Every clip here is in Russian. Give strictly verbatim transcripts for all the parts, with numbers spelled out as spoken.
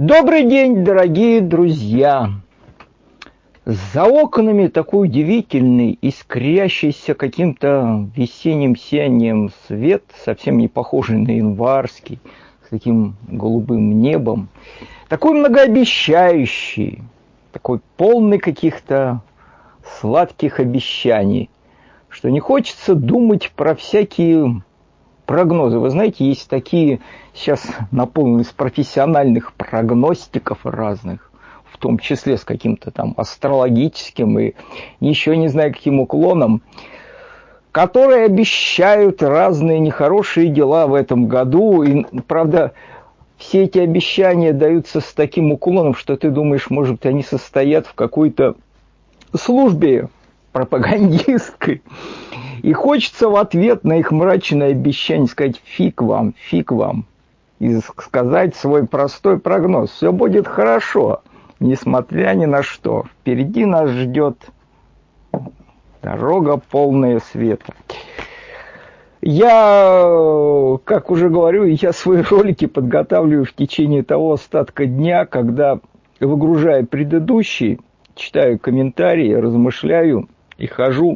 Добрый день, дорогие друзья! За окнами такой удивительный, искрящийся каким-то весенним сиянием свет, совсем не похожий на январский, с таким голубым небом, такой многообещающий, такой полный каких-то сладких обещаний, что не хочется думать про всякие прогнозы. Вы знаете, есть такие сейчас наполненные профессиональных прогностиков разных, в том числе с каким-то там астрологическим и еще не знаю каким уклоном, которые обещают разные нехорошие дела в этом году. И, правда, все эти обещания даются с таким уклоном, что ты думаешь, может, они состоят в какой-то службе пропагандистской. И хочется в ответ на их мрачное обещание сказать «фиг вам, фиг вам» и сказать свой простой прогноз. Все будет хорошо, несмотря ни на что. Впереди нас ждет дорога, полная света. Я, как уже говорю, я свои ролики подготавливаю в течение того остатка дня, когда, выгружая предыдущий, читаю комментарии, размышляю и хожу.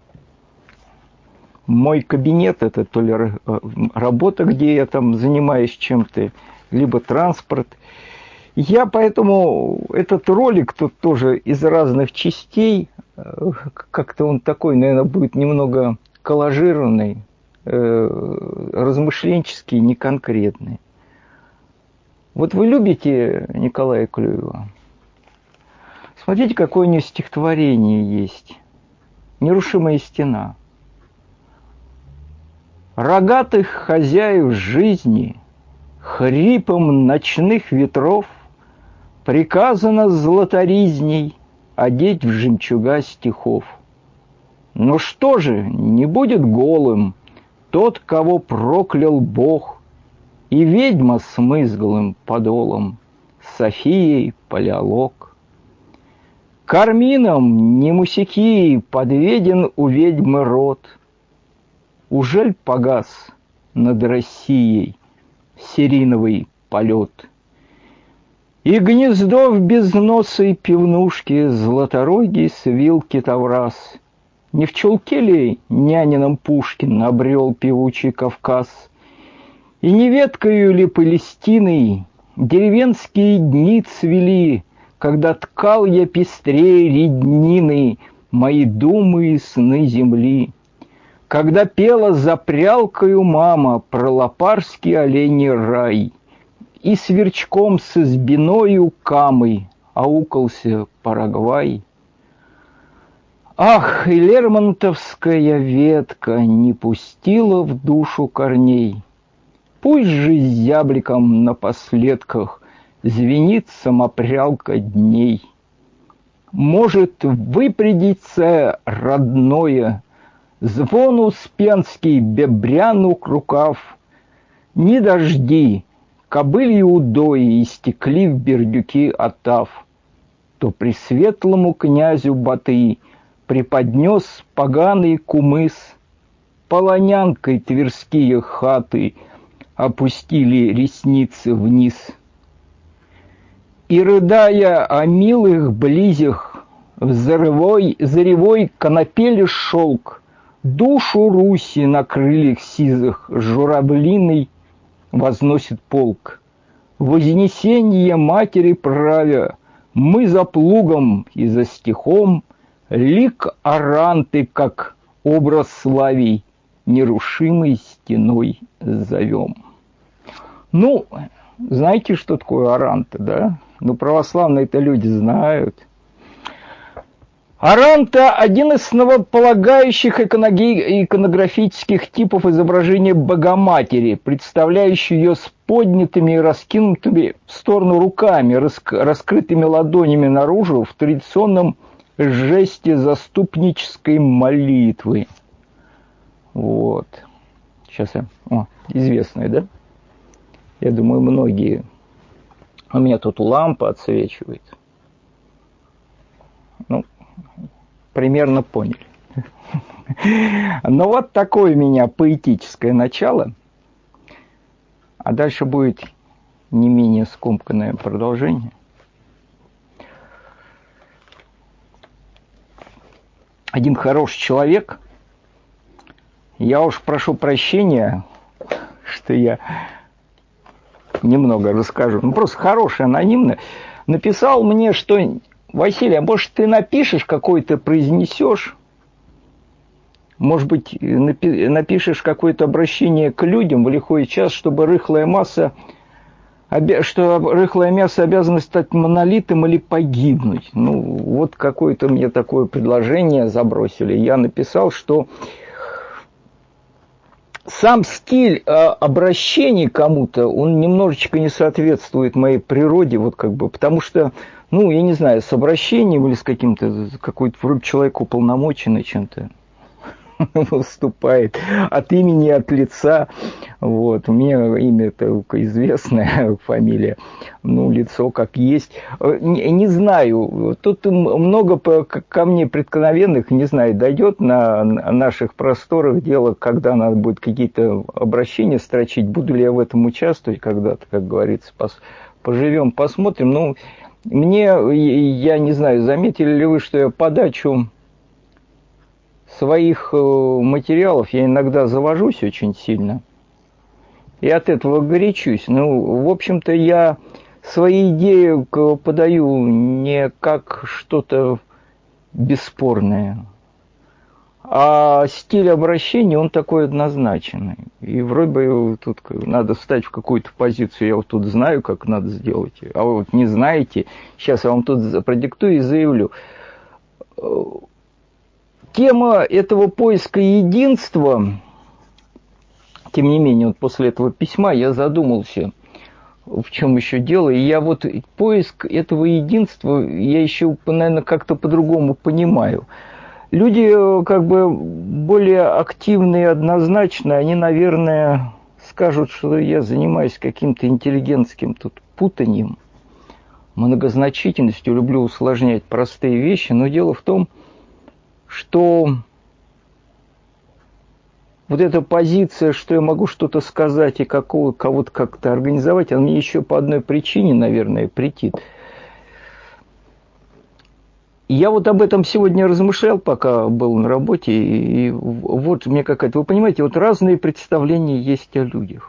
Мой кабинет – это то ли работа, где я там занимаюсь чем-то, либо транспорт. Я поэтому этот ролик тут тоже из разных частей, как-то он такой, наверное, будет немного коллажированный, размышленческий, неконкретный. Вот вы любите Николая Клюева? Смотрите, какое у него стихотворение есть. «Нерушимая стена». Рогатых хозяев жизни хрипом ночных ветров приказано златоризней одеть в жемчуга стихов. Но что же, не будет голым тот, кого проклял Бог, и ведьма с мызглым подолом, Софией палеолог. Кармином немусики подведен у ведьмы рот. Ужель погас над Россией сериновый полет? И гнездо в безносой пивнушке златорогий свил китовраз. Не в чулке ли нянином Пушкин обрел певучий Кавказ? И не веткою ли Палестиной деревенские дни цвели, когда ткал я пестрее реднины мои думы и сны земли? Когда пела за прялкою мама про лопарский оленей рай, и сверчком с избиною камой аукался Парагвай. Ах, и лермонтовская ветка не пустила в душу корней. Пусть же зябликом напоследках звенит самопрялка дней. Может, выпрядится родное, звон успенский бебрянук рукав, ни дожди, кобыли удои истекли в бердюки отав, то пресветлому князю Батый преподнес поганый кумыс, полонянкой тверские хаты опустили ресницы вниз. И, рыдая о милых близях, в заревой, заревой конопели шелк, душу Руси на крыльях сизых журавлиный возносит полк. Вознесение матери правя, мы за плугом и за стихом лик Аранты, как образ славий, нерушимой стеной зовем. Ну, знаете, что такое Аранта, да? Ну, православные-то люди знают. Аранта – один из основополагающих иконографических типов изображения Богоматери, представляющий ее с поднятыми и раскинутыми в сторону руками, раскрытыми ладонями наружу в традиционном жесте заступнической молитвы. Вот. Сейчас я... О, известный, да? Я думаю, многие... У меня тут лампа отсвечивает. Ну, примерно поняли. Но вот такое у меня поэтическое начало. А дальше будет не менее скомканное продолжение. Один хороший человек, я уж прошу прощения, что я немного расскажу, ну просто хороший, анонимный, написал мне, что Василий, а может ты напишешь какой-то, произнесешь, может быть, напи- напишешь какое-то обращение к людям в лихой час, чтобы рыхлая масса, обя- что рыхлое мясо обязано стать монолитом или погибнуть. Ну, вот какое-то мне такое предложение забросили. Я написал, что сам стиль э, обращения к кому-то, он немножечко не соответствует моей природе, вот как бы, потому что, ну, я не знаю, с обращением или с каким-то, какой-то вроде человек уполномоченный чем-то выступает от имени, от лица. Вот. У меня имя только известное, фамилия, ну, лицо как есть. Не, не знаю, тут много ко мне преткновенных, не знаю, дойдет на наших просторах дело, когда надо будет какие-то обращения строчить, буду ли я в этом участвовать когда-то, как говорится, пос, поживем, посмотрим. Ну, мне, я не знаю, заметили ли вы, что я подачу своих материалов я иногда завожусь очень сильно. И от этого горячусь. Ну, в общем-то, я свои идеи подаю не как что-то бесспорное. А стиль обращения, он такой однозначный. И вроде бы тут надо встать в какую-то позицию. Я вот тут знаю, как надо сделать. А вы вот не знаете. Сейчас я вам тут продиктую и заявлю. Тема этого поиска единства, тем не менее, вот после этого письма я задумался, в чем еще дело. И я вот поиск этого единства, я еще, наверное, как-то по-другому понимаю. Люди, как бы, более активные, однозначно, они, наверное, скажут, что я занимаюсь каким-то интеллигентским тут путанием, многозначительностью, люблю усложнять простые вещи, но дело в том, что вот эта позиция, что я могу что-то сказать и какого, кого-то как-то организовать, она мне еще по одной причине, наверное, претит. Я вот об этом сегодня размышлял, пока был на работе, и вот мне какая-то... Вы понимаете, вот разные представления есть о людях.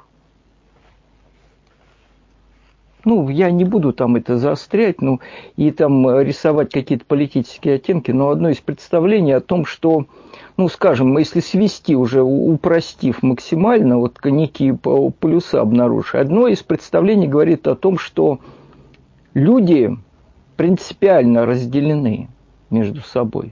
Ну, я не буду там это заострять, ну, и там рисовать какие-то политические оттенки, но одно из представлений о том, что, ну, скажем, если свести уже, упростив максимально, вот некие полюса обнаружишь, одно из представлений говорит о том, что люди принципиально разделены между собой.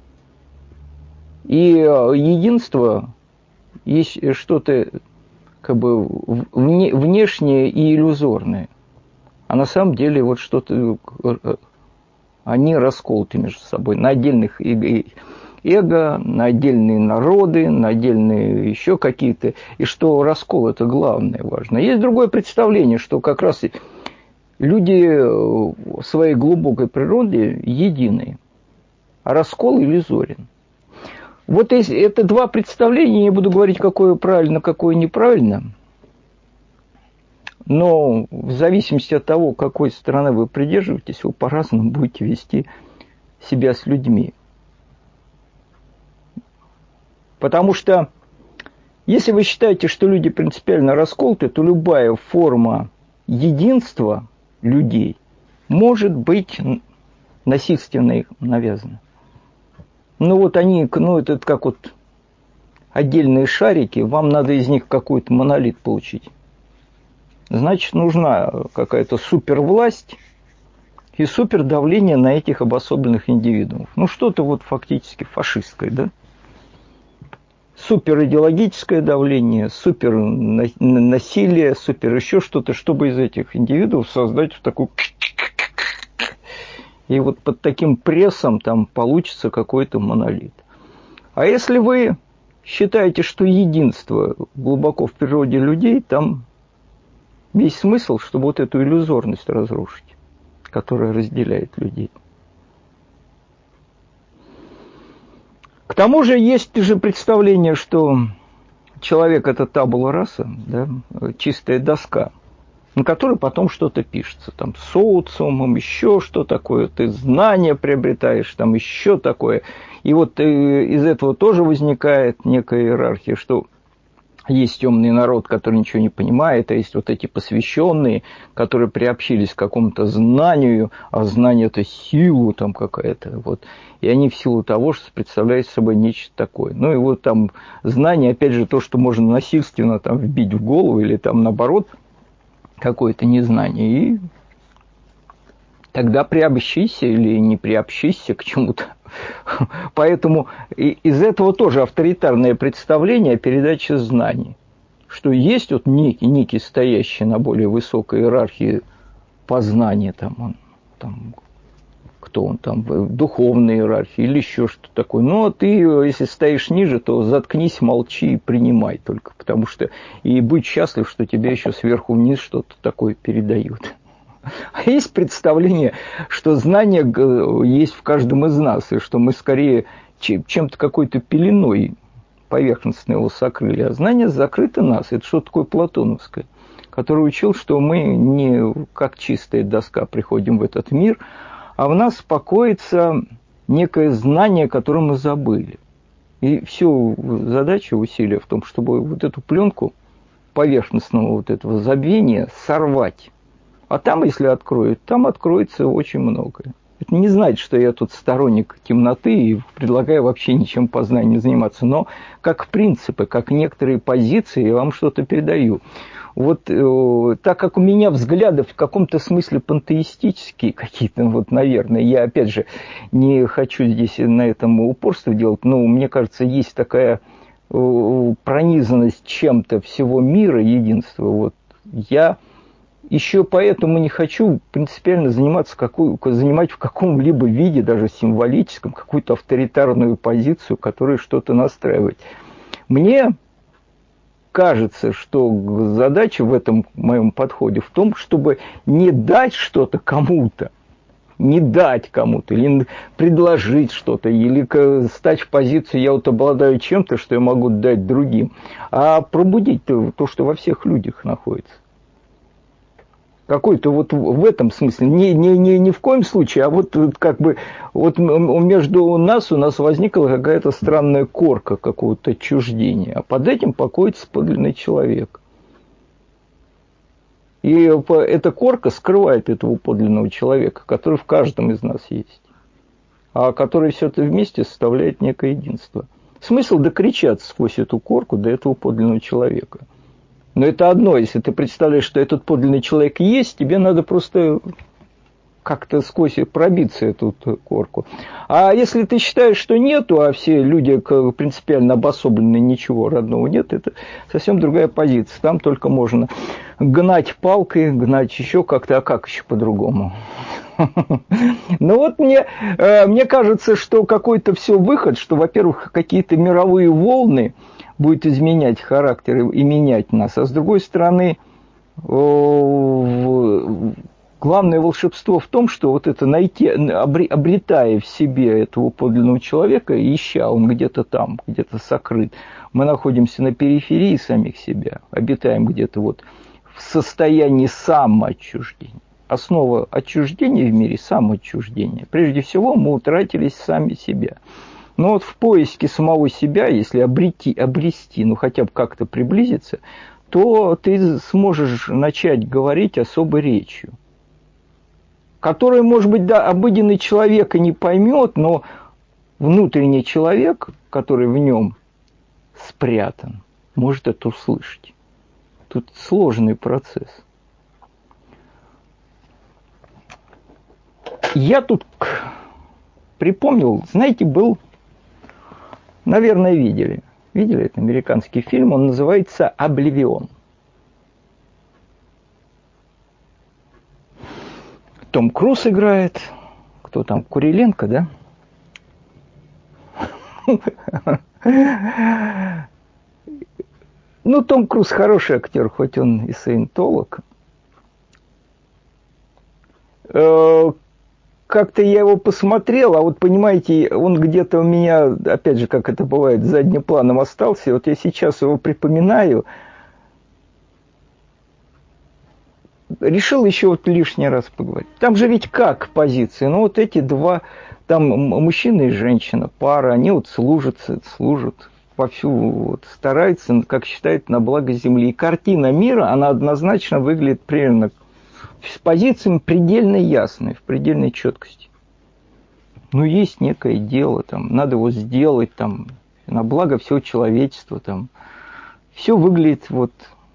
И единство есть что-то как бы внешнее и иллюзорное. А на самом деле вот что-то, они расколоты между собой на отдельных эго, на отдельные народы, на отдельные еще какие-то. И что раскол – это главное, важно. Есть другое представление, что как раз люди в своей глубокой природе едины, а раскол иллюзорен. Вот это два представления, не буду говорить, какое правильно, какое неправильно. Но в зависимости от того, какой стороны вы придерживаетесь, вы по-разному будете вести себя с людьми. Потому что, если вы считаете, что люди принципиально расколоты, то любая форма единства людей может быть насильственно навязана. Ну вот они, ну это как вот отдельные шарики, вам надо из них какой-то монолит получить. Значит, нужна какая-то супервласть и супердавление на этих обособленных индивидуумов. Ну, что-то вот фактически фашистское, да? Суперидеологическое давление, супернасилие, супер еще что-то, чтобы из этих индивидуумов создать такую... И вот под таким прессом там получится какой-то монолит. А если вы считаете, что единство глубоко в природе людей, там... Весь смысл, чтобы вот эту иллюзорность разрушить, которая разделяет людей. К тому же есть же представление, что человек – это табула раса, да, чистая доска. на который потом что-то пишется, там, социумом, еще что такое, ты знания приобретаешь, там, еще такое. И вот э, из этого тоже возникает некая иерархия, что есть темный народ, который ничего не понимает, а есть вот эти посвященные, которые приобщились к какому-то знанию, а знание – это сила там какая-то. Вот. И они в силу того, что представляют собой нечто такое. Ну и вот там знание, опять же, то, что можно насильственно там вбить в голову или там наоборот какое-то незнание. И тогда приобщися или не приобщися к чему-то. Поэтому из этого тоже авторитарное представление о передаче знаний. Что есть вот некий, некий стоящий на более высокой иерархии познания, там, он, там, кто он там, в духовной иерархии или еще что-то такое. Но ты, если стоишь ниже, то заткнись, молчи и принимай только. Потому что и будь счастлив, что тебе еще сверху вниз что-то такое передают. А есть представление, что знание есть в каждом из нас, и что мы скорее чем-то какой-то пеленой поверхностно его сокрыли, а знание закрыто нас. Это что-то такое платоновское, который учил, что мы не как чистая доска приходим в этот мир, а в нас покоится некое знание, которое мы забыли. И все задача, усилия в том, чтобы вот эту пленку поверхностного вот этого забвения сорвать. А там, если откроют, там откроется очень многое. Это не значит, что я тут сторонник темноты и предлагаю вообще ничем познания не заниматься. Но как принципы, как некоторые позиции я вам что-то передаю. Вот э, так как у меня взгляды в каком-то смысле пантеистические какие-то, вот, наверное, я, опять же, не хочу здесь на этом упорство делать, но мне кажется, есть такая э, пронизанность чем-то всего мира, единства. Вот я... Еще поэтому не хочу принципиально заниматься какую, занимать в каком-либо виде, даже символическом, какую-то авторитарную позицию, которая что-то настраивает. Мне кажется, что задача в этом моем подходе в том, чтобы не дать что-то кому-то, не дать кому-то, или предложить что-то, или стать в позицию «я вот обладаю чем-то, что я могу дать другим», а пробудить то, то что во всех людях находится. Какой-то вот в этом смысле, не, не, не, не в коем случае, а вот как бы вот между нас у нас возникла какая-то странная корка какого-то отчуждения, а под этим покоится подлинный человек. И эта корка скрывает этого подлинного человека, который в каждом из нас есть, а который все это вместе составляет некое единство. Смысл докричаться сквозь эту корку до этого подлинного человека. Но это одно, если ты представляешь, что этот подлинный человек есть, тебе надо просто как-то сквозь пробиться эту корку. А если ты считаешь, что нету, а все люди принципиально обособленные, ничего родного нет, это совсем другая позиция. Там только можно гнать палкой, гнать еще как-то, а как еще по-другому? Ну вот мне, мне кажется, что какой-то все выход, что, во-первых, какие-то мировые волны будет изменять характер и менять нас. А с другой стороны, главное волшебство в том, что вот это найти, обретая в себе этого подлинного человека, ища, он где-то там, где-то сокрыт. Мы находимся на периферии самих себя, обитаем где-то вот в состоянии самоотчуждения. Основа отчуждения в мире – самоотчуждение. Прежде всего, мы утратились сами себя. Но вот в поиске самого себя, если обрети, обрести, ну хотя бы как-то приблизиться, то ты сможешь начать говорить особой речью, которую, может быть, да, обыденный человек и не поймет, но внутренний человек, который в нем спрятан, может это услышать. Тут сложный процесс. Я тут припомнил, знаете, был... Наверное, видели. Видели этот американский фильм, он называется «Обливион». Том Круз играет. Кто там? Куриленко, да? Ну, Том Круз хороший актер, хоть он и саентолог. Как-то я его посмотрел, а вот, понимаете, он где-то у меня, опять же, как это бывает, задним планом остался. И вот я сейчас его припоминаю. решил еще вот лишний раз поговорить. Там же ведь как позиции? Ну, вот эти два, там мужчина и женщина, пара, они вот служат, служат вовсю, вот, стараются, как считают, на благо Земли. И картина мира, она однозначно выглядит примерно с позициями предельно ясной, в предельной четкости. Ну, есть некое дело, там, надо его сделать, там, на благо всего человечества, там. Все выглядит вот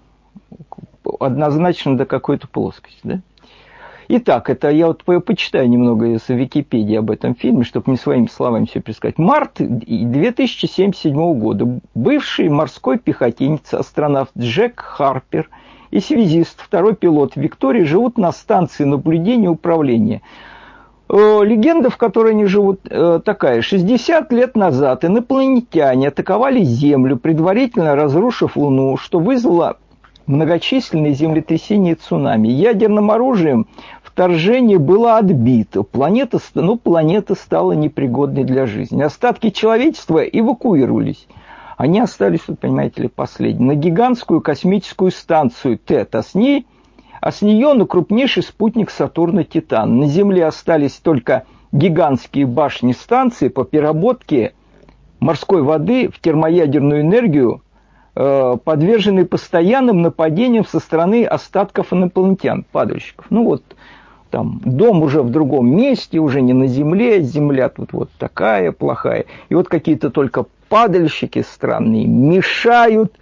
однозначно до какой-то плоскости, да? Итак, это я вот почитаю немного из Википедии об этом фильме, чтобы не своими словами все пересказать. Март две тысячи семьдесят седьмого года. Бывший морской пехотинец, астронавт Джек Харпер и связист, второй пилот Виктория живут на станции наблюдения и управления. Легенда, в которой они живут, такая. шестьдесят лет назад инопланетяне атаковали Землю, предварительно разрушив Луну, что вызвало многочисленные землетрясения и цунами. Ядерным оружием вторжение было отбито. Планета, ну, планета стала непригодной для жизни. Остатки человечества эвакуировались. Они остались, вот, понимаете ли, последние. На гигантскую космическую станцию Тет, а с ней... а с нее на крупнейший спутник Сатурна Титан. На Земле остались только гигантские башни станции по переработке морской воды в термоядерную энергию, подверженные постоянным нападениям со стороны остатков инопланетян, падальщиков. Ну вот, там, дом уже в другом месте, уже не на Земле, Земля тут вот такая плохая. И вот какие-то только падальщики странные мешают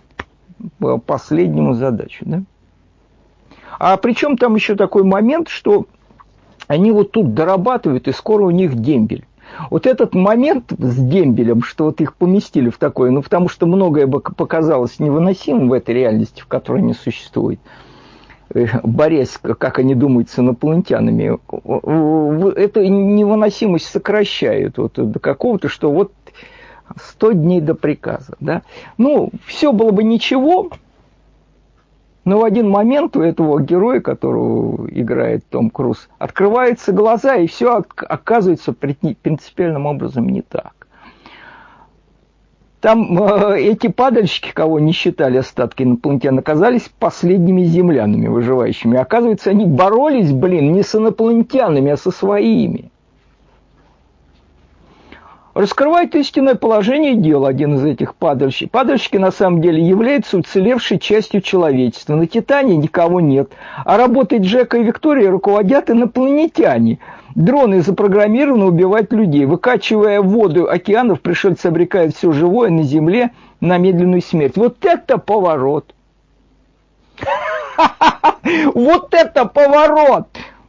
последнему задачу, да? А причем там еще такой момент, что они вот тут дорабатывают, и скоро у них дембель. Вот этот момент с дембелем, что вот их поместили в такое, ну, потому что многое бы показалось невыносимым в этой реальности, в которой они существуют, борясь, как они думают, с инопланетянами, эту невыносимость сокращают вот до какого-то, что вот сто дней до приказа, да. Ну, все было бы ничего. Но в один момент у этого героя, которого играет Том Круз, открываются глаза, и все оказывается принципиальным образом не так. Там э, эти падальщики, кого не считали остатки инопланетян, оказались последними землянами выживающими. Оказывается, они боролись, блин, не с инопланетянами, а со своими. Раскрывает истинное положение дела один из этих падальщиков. Падальщики на самом деле являются уцелевшей частью человечества. На Титане никого нет. А работой Джека и Виктории руководят инопланетяне. Дроны запрограммированы убивать людей. Выкачивая воду океанов, пришельцы обрекают все живое на Земле на медленную смерть. Вот это поворот! Вот это поворот!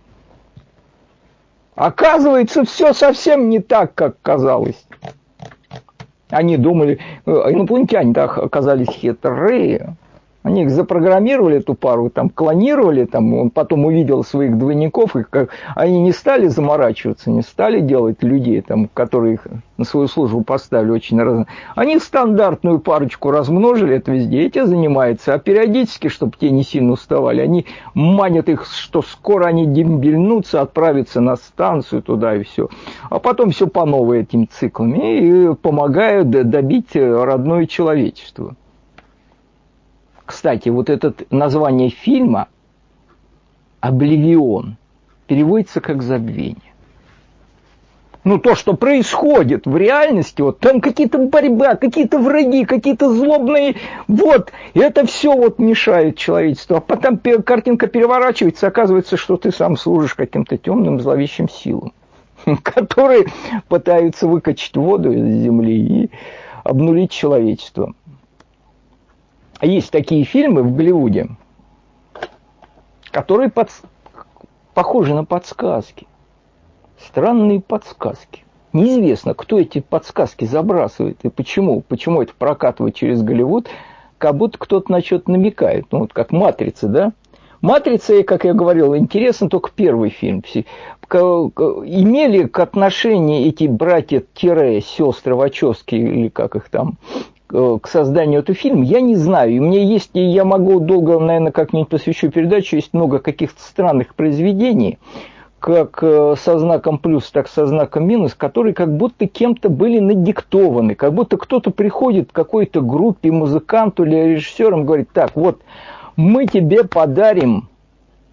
Оказывается, все совсем не так, как казалось. Они думали, инопланетяне оказались хитрые. Они их запрограммировали, эту пару, там, клонировали, там, он потом увидел своих двойников, и как, они не стали заморачиваться, не стали делать людей, там, которые их на свою службу поставили очень разно. Они стандартную парочку размножили, это везде, эти занимаются, а периодически, чтобы те не сильно уставали, они манят их, что скоро они дембельнутся, отправятся на станцию туда и все. А потом все по новой этими циклами и помогают добить родное человечество. Кстати, вот это название фильма «Обливион» переводится как «забвение». Ну, то, что происходит в реальности, вот там какие-то борьба, какие-то враги, какие-то злобные, вот, и это все вот мешает человечеству. А потом картинка переворачивается, оказывается, что ты сам служишь каким-то темным зловещим силам, которые пытаются выкачать воду из земли и обнулить человечество. Есть такие фильмы в Голливуде, которые под... похожи на подсказки. Странные подсказки. Неизвестно, кто эти подсказки забрасывает и почему. Почему это прокатывает через Голливуд, как будто кто-то на что-то намекает. Ну, вот как «Матрица», да? «Матрица», как я говорил, интересен только первый фильм. Имели к отношению эти братья-сестры Вачовски, или как их там, к созданию этого фильма, я не знаю. И у меня есть, и я могу долго, наверное, как-нибудь посвящу передачу, есть много каких-то странных произведений, как со знаком плюс, так со знаком минус, которые как будто кем-то были надиктованы, как будто кто-то приходит к какой-то группе, музыканту или режиссерам, говорит: так, вот, мы тебе подарим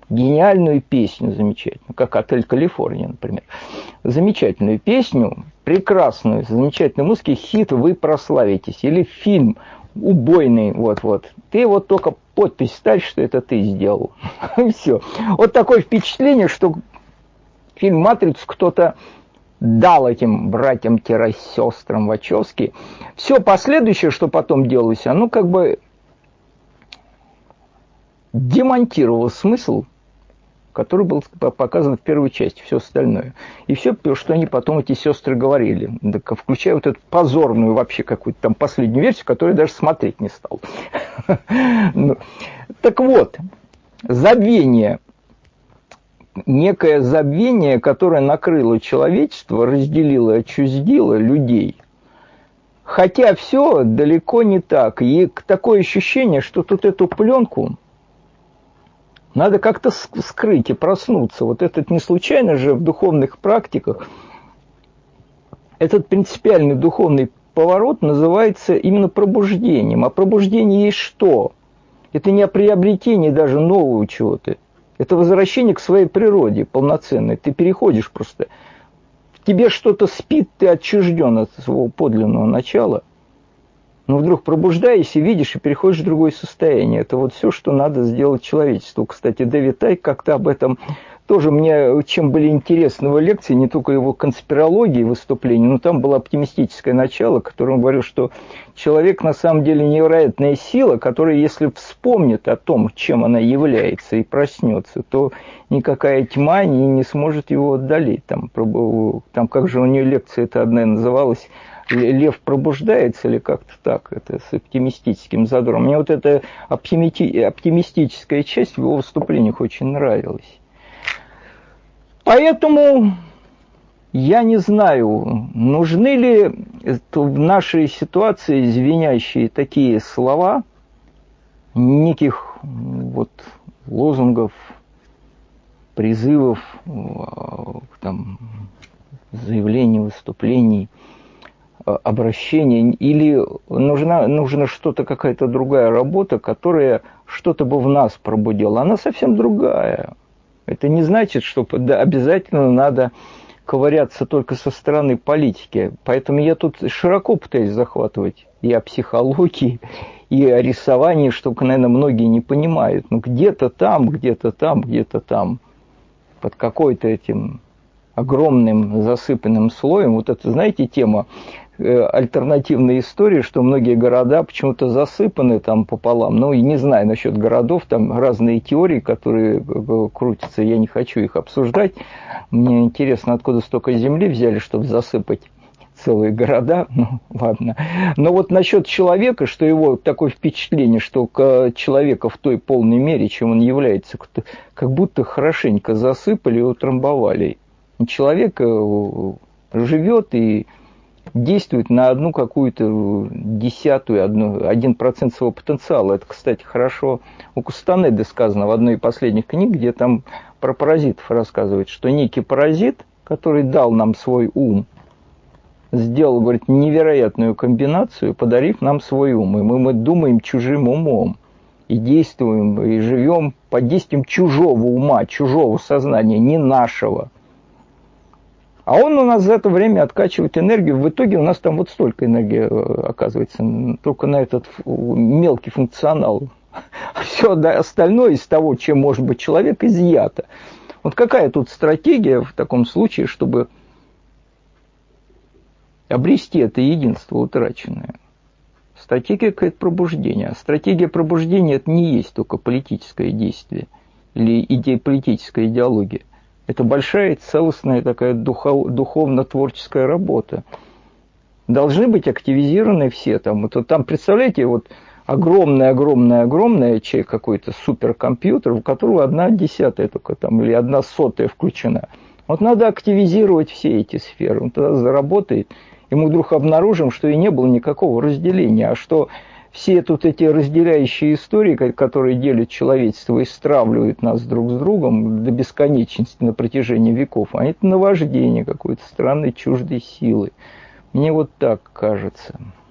гениальную песню замечательную, как «Отель Калифорния», например. Замечательную песню, прекрасную, с замечательной музыкой, хит «Вы прославитесь». Или фильм убойный, вот-вот. Ты вот только подпись ставь, что это ты сделал. И все. Вот такое впечатление, что фильм «Матрицу» кто-то дал этим братьям-сестрам Вачовски. Все последующее, что потом делалось, оно как бы демонтировало смысл, который был показан в первой части, все остальное. И все, что они потом, эти сестры, говорили, включая вот эту позорную вообще какую-то там последнюю версию, которую я даже смотреть не стал. Так вот, забвение, некое забвение, которое накрыло человечество, разделило, отчуждило людей. Хотя все далеко не так. И такое ощущение, что тут эту пленку надо как-то скрыть и проснуться. Вот этот не случайно же в духовных практиках, этот принципиальный духовный поворот называется именно пробуждением. А пробуждение есть что? Это не приобретение даже нового чего-то. Это возвращение к своей природе полноценной. Ты переходишь просто. В тебе что-то спит, ты отчужден от своего подлинного начала. Но вдруг пробуждаешься, видишь и переходишь в другое состояние. Это вот все, что надо сделать человечеству. Кстати, Дэвид Айк как-то об этом тоже мне, чем были интересны его лекции, не только его конспирологии выступления, но там было оптимистическое начало, которое он говорил, что человек на самом деле невероятная сила, которая, если вспомнит о том, чем она является, и проснется, то никакая тьма не, не сможет его одолеть. Там, там как же у нее лекция эта одна называлась, «Лев пробуждается» или как-то так, это с оптимистическим задором. Мне вот эта оптимистическая часть в его выступлениях очень нравилась. Поэтому я не знаю, нужны ли в нашей ситуации звенящие такие слова, неких вот лозунгов, призывов, там, заявлений, выступлений, обращений, или нужна, нужна что-то, какая-то другая работа, которая что-то бы в нас пробудила. Она совсем другая. Это не значит, что обязательно надо ковыряться только со стороны политики. Поэтому я тут широко пытаюсь захватывать и о психологии, и о рисовании, что, наверное, многие не понимают. Ну, где-то там, где-то там, где-то там, под какой-то этим огромным засыпанным слоем, вот это, знаете, тема альтернативной истории, что многие города почему-то засыпаны там пополам. Ну, и не знаю насчет городов, там разные теории, которые крутятся, я не хочу их обсуждать. Мне интересно, откуда столько земли взяли, чтобы засыпать целые города. Ну, ладно. Но вот насчет человека, что его такое впечатление, что человека в той полной мере, чем он является, как будто хорошенько засыпали и утрамбовали. Человек живет и действует на одну какую-то десятую, одну, один процент своего потенциала. Это, кстати, хорошо у Кастанеды сказано в одной из последних книг, где там про паразитов рассказывает, что некий паразит, который дал нам свой ум, сделал, говорит, невероятную комбинацию, подарив нам свой ум. И мы, мы думаем чужим умом, и действуем, и живем под действием чужого ума, чужого сознания, не нашего. А он у нас за это время откачивает энергию. В итоге у нас там вот столько энергии оказывается, только на этот мелкий функционал. Все остальное из того, чем может быть человек, изъято. Вот какая тут стратегия в таком случае, чтобы обрести это единство утраченное? Стратегия какое-то пробуждения. А стратегия пробуждения – это не есть только политическое действие или идея, политическая идеология. Это большая, целостная такая духов, духовно-творческая работа. Должны быть активизированы все. Там, вот, там представляете, вот огромный-огромный-огромный человек, какой-то суперкомпьютер, у которого одна десятая только там, или одна сотая включена. Вот надо активизировать все эти сферы. Он тогда заработает, и мы вдруг обнаружим, что и не было никакого разделения, а что все тут эти разделяющие истории, которые делят человечество и стравливают нас друг с другом до бесконечности на протяжении веков, они это наваждение какой-то странной чуждой силы. Мне вот так кажется.